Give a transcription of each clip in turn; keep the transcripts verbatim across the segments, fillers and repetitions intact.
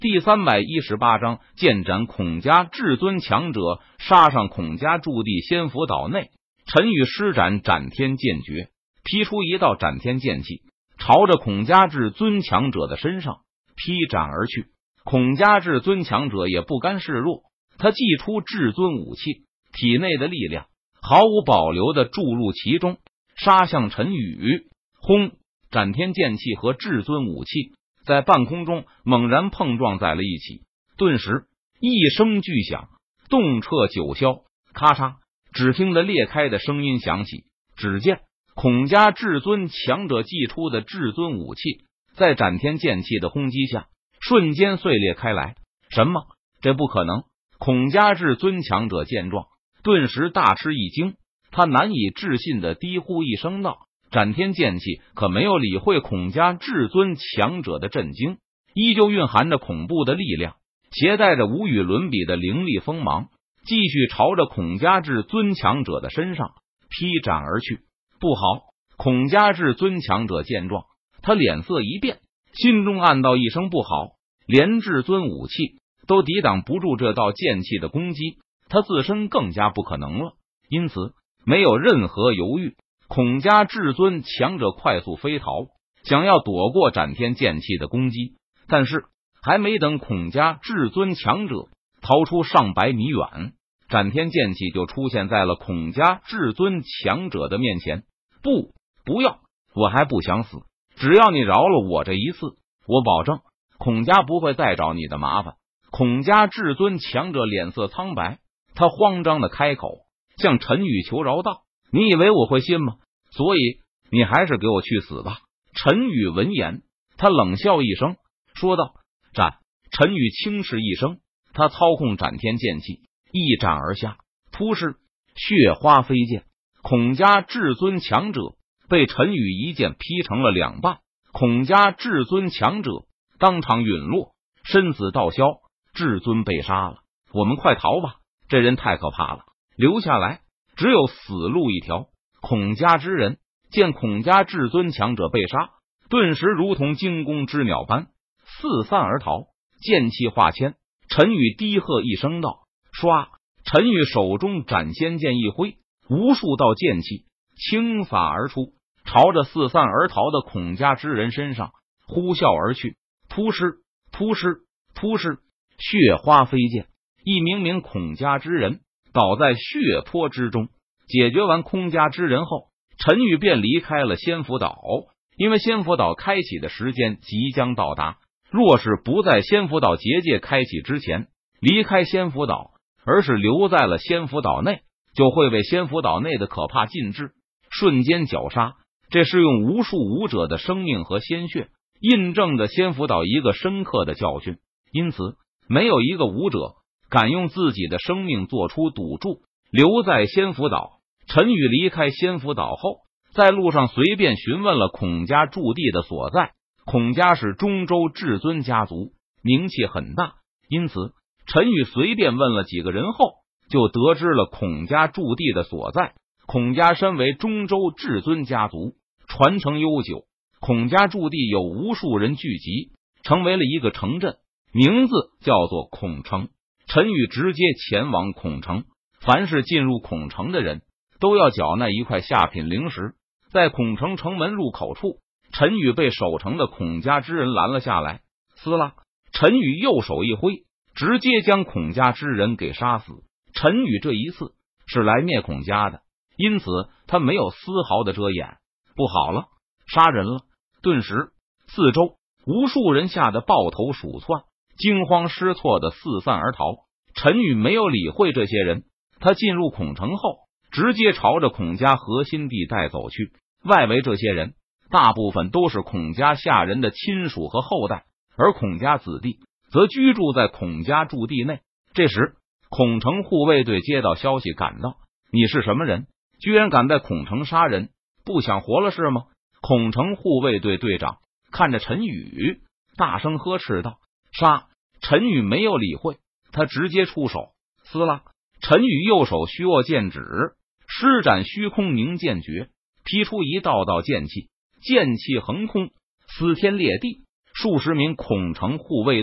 第三百一十八章剑斩孔家至尊强者，杀上孔家驻地仙府岛内。陈宇施展斩天剑诀，劈出一道斩天剑气，朝着孔家至尊强者的身上劈斩而去。孔家至尊强者也不甘示弱，他祭出至尊武器，体内的力量毫无保留地注入其中，杀向陈宇。轰！斩天剑气和至尊武器在半空中猛然碰撞在了一起，顿时一声巨响，动彻九霄。咔嚓！只听得裂开的声音响起，只见孔家至尊强者祭出的至尊武器在斩天剑气的轰击下瞬间碎裂开来。什么？这不可能！孔家至尊强者见状顿时大吃一惊，他难以置信的低呼一声道：斩天剑气可没有理会孔家至尊强者的震惊，依旧蕴含着恐怖的力量，携带着无与伦比的凌厉锋芒，继续朝着孔家至尊强者的身上劈斩而去。不好！孔家至尊强者见状，他脸色一变，心中暗道一声不好，连至尊武器都抵挡不住这道剑气的攻击，他自身更加不可能了。因此没有任何犹豫，孔家至尊强者快速飞逃，想要躲过斩天剑气的攻击。但是还没等孔家至尊强者逃出上百米远，斩天剑气就出现在了孔家至尊强者的面前。不，不要！我还不想死，只要你饶了我这一次，我保证孔家不会再找你的麻烦。孔家至尊强者脸色苍白，他慌张的开口向陈宇求饶道：你以为我会信吗？所以你还是给我去死吧！陈宇闻言，他冷笑一声说道：斩！陈宇轻斥一声，他操控斩天剑气一斩而下，突施血花飞溅，孔家至尊强者被陈宇一剑劈成了两半，孔家至尊强者当场陨落，身死道消，至尊被杀了。我们快逃吧，这人太可怕了，留下来只有死路一条。孔家之人见孔家至尊强者被杀，顿时如同惊弓之鸟般四散而逃。剑气化千，陈宇低喝一声道：唰！陈宇手中斩仙剑一挥，无数道剑气倾洒而出，朝着四散而逃的孔家之人身上呼啸而去。扑尸扑尸扑尸，血花飞溅，一名名孔家之人倒在血泊之中。解决完孔家之人后，陈宇便离开了仙府岛，因为仙府岛开启的时间即将到达，若是不在仙府岛结界开启之前离开仙府岛，而是留在了仙府岛内，就会被仙府岛内的可怕禁制瞬间绞杀。这是用无数武者的生命和鲜血印证着仙府岛一个深刻的教训，因此没有一个武者敢用自己的生命做出赌注。留在仙府岛，陈宇离开仙府岛后，在路上随便询问了孔家驻地的所在。孔家是中州至尊家族，名气很大，因此陈宇随便问了几个人后，就得知了孔家驻地的所在。孔家身为中州至尊家族，传承悠久，孔家驻地有无数人聚集，成为了一个城镇，名字叫做孔城。陈宇直接前往孔城，凡是进入孔城的人都要缴纳一块下品灵石。在孔城城门入口处，陈宇被守城的孔家之人拦了下来。撕拉！陈宇右手一挥，直接将孔家之人给杀死。陈宇这一次是来灭孔家的，因此他没有丝毫的遮掩。不好了，杀人了！顿时四周无数人吓得抱头鼠窜，惊慌失措的四散而逃。陈宇没有理会这些人，他进入孔城后直接朝着孔家核心地带走去。外围这些人大部分都是孔家下人的亲属和后代，而孔家子弟则居住在孔家驻地内。这时孔城护卫队接到消息赶到，你是什么人？居然敢在孔城杀人，不想活了是吗？孔城护卫队队长看着陈宇大声呵斥道：杀！陈宇没有理会，他直接出手。撕拉！陈宇右手虚握剑指，施展虚空凝剑诀，劈出一道道剑气，剑气横空，撕天裂地。数十名孔城护卫队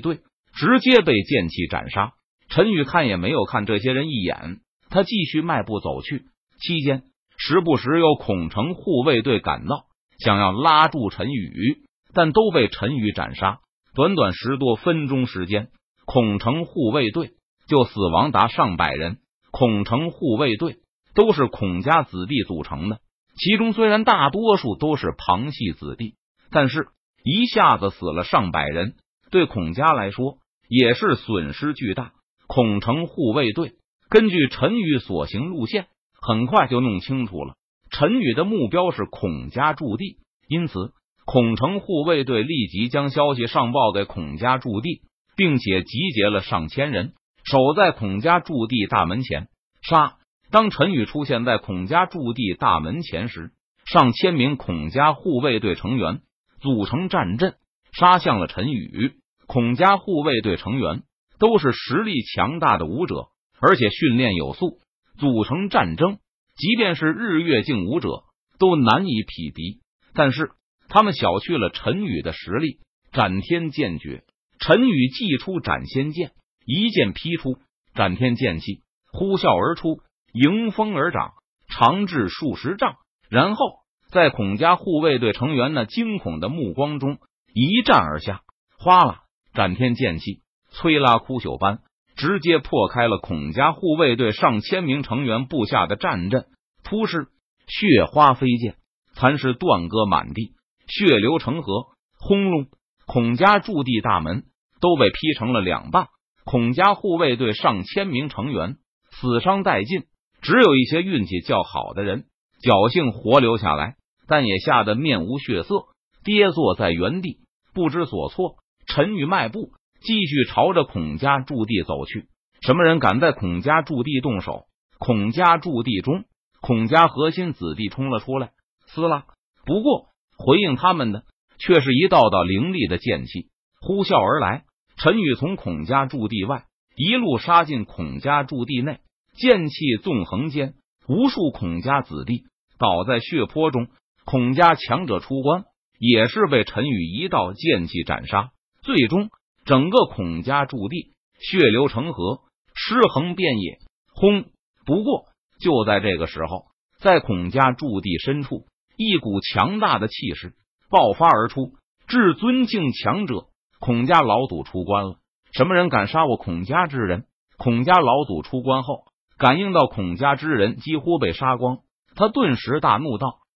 直接被剑气斩杀。陈宇看也没有看这些人一眼，他继续迈步走去。期间时不时有孔城护卫队赶到，想要拉住陈宇，但都被陈宇斩杀。短短十多分钟时间，孔城护卫队就死亡达上百人。孔城护卫队都是孔家子弟组成的，其中虽然大多数都是旁系子弟，但是一下子死了上百人，对孔家来说也是损失巨大。孔城护卫队根据陈宇所行路线，很快就弄清楚了陈宇的目标是孔家驻地，因此孔城护卫队立即将消息上报给孔家驻地，并且集结了上千人，守在孔家驻地大门前。杀！当陈宇出现在孔家驻地大门前时，上千名孔家护卫队成员组成战阵，杀向了陈宇。孔家护卫队成员都是实力强大的武者，而且训练有素，组成战争，即便是日月境武者都难以匹敌。但是他们小觑了陈宇的实力。斩天剑诀，陈宇祭出斩仙剑，一剑劈出，斩天剑气呼啸而出，迎风而长，长至数十丈。然后在孔家护卫队成员那惊恐的目光中一战而下，哗啦！斩天剑气摧拉枯朽般直接破开了孔家护卫队上千名成员布下的战阵。突施，血花飞溅，残尸断割满地，血流成河。轰隆！孔家驻地大门都被劈成了两半，孔家护卫队上千名成员死伤殆尽，只有一些运气较好的人侥幸活留下来，但也吓得面无血色，跌坐在原地不知所措。陈宇迈步继续朝着孔家驻地走去。什么人敢在孔家驻地动手？孔家驻地中，孔家核心子弟冲了出来，撕拉！不过回应他们的却是一道道凌厉的剑气呼啸而来。陈宇从孔家驻地外一路杀进孔家驻地内，剑气纵横间，无数孔家子弟倒在血泊中。孔家强者出关，也是被陈宇一道剑气斩杀。最终整个孔家驻地血流成河，尸横遍野。轰！不过就在这个时候，在孔家驻地深处，一股强大的气势爆发而出。至尊境强者，孔家老祖出关了！什么人敢杀我孔家之人？孔家老祖出关后，感应到孔家之人几乎被杀光，他顿时大怒道：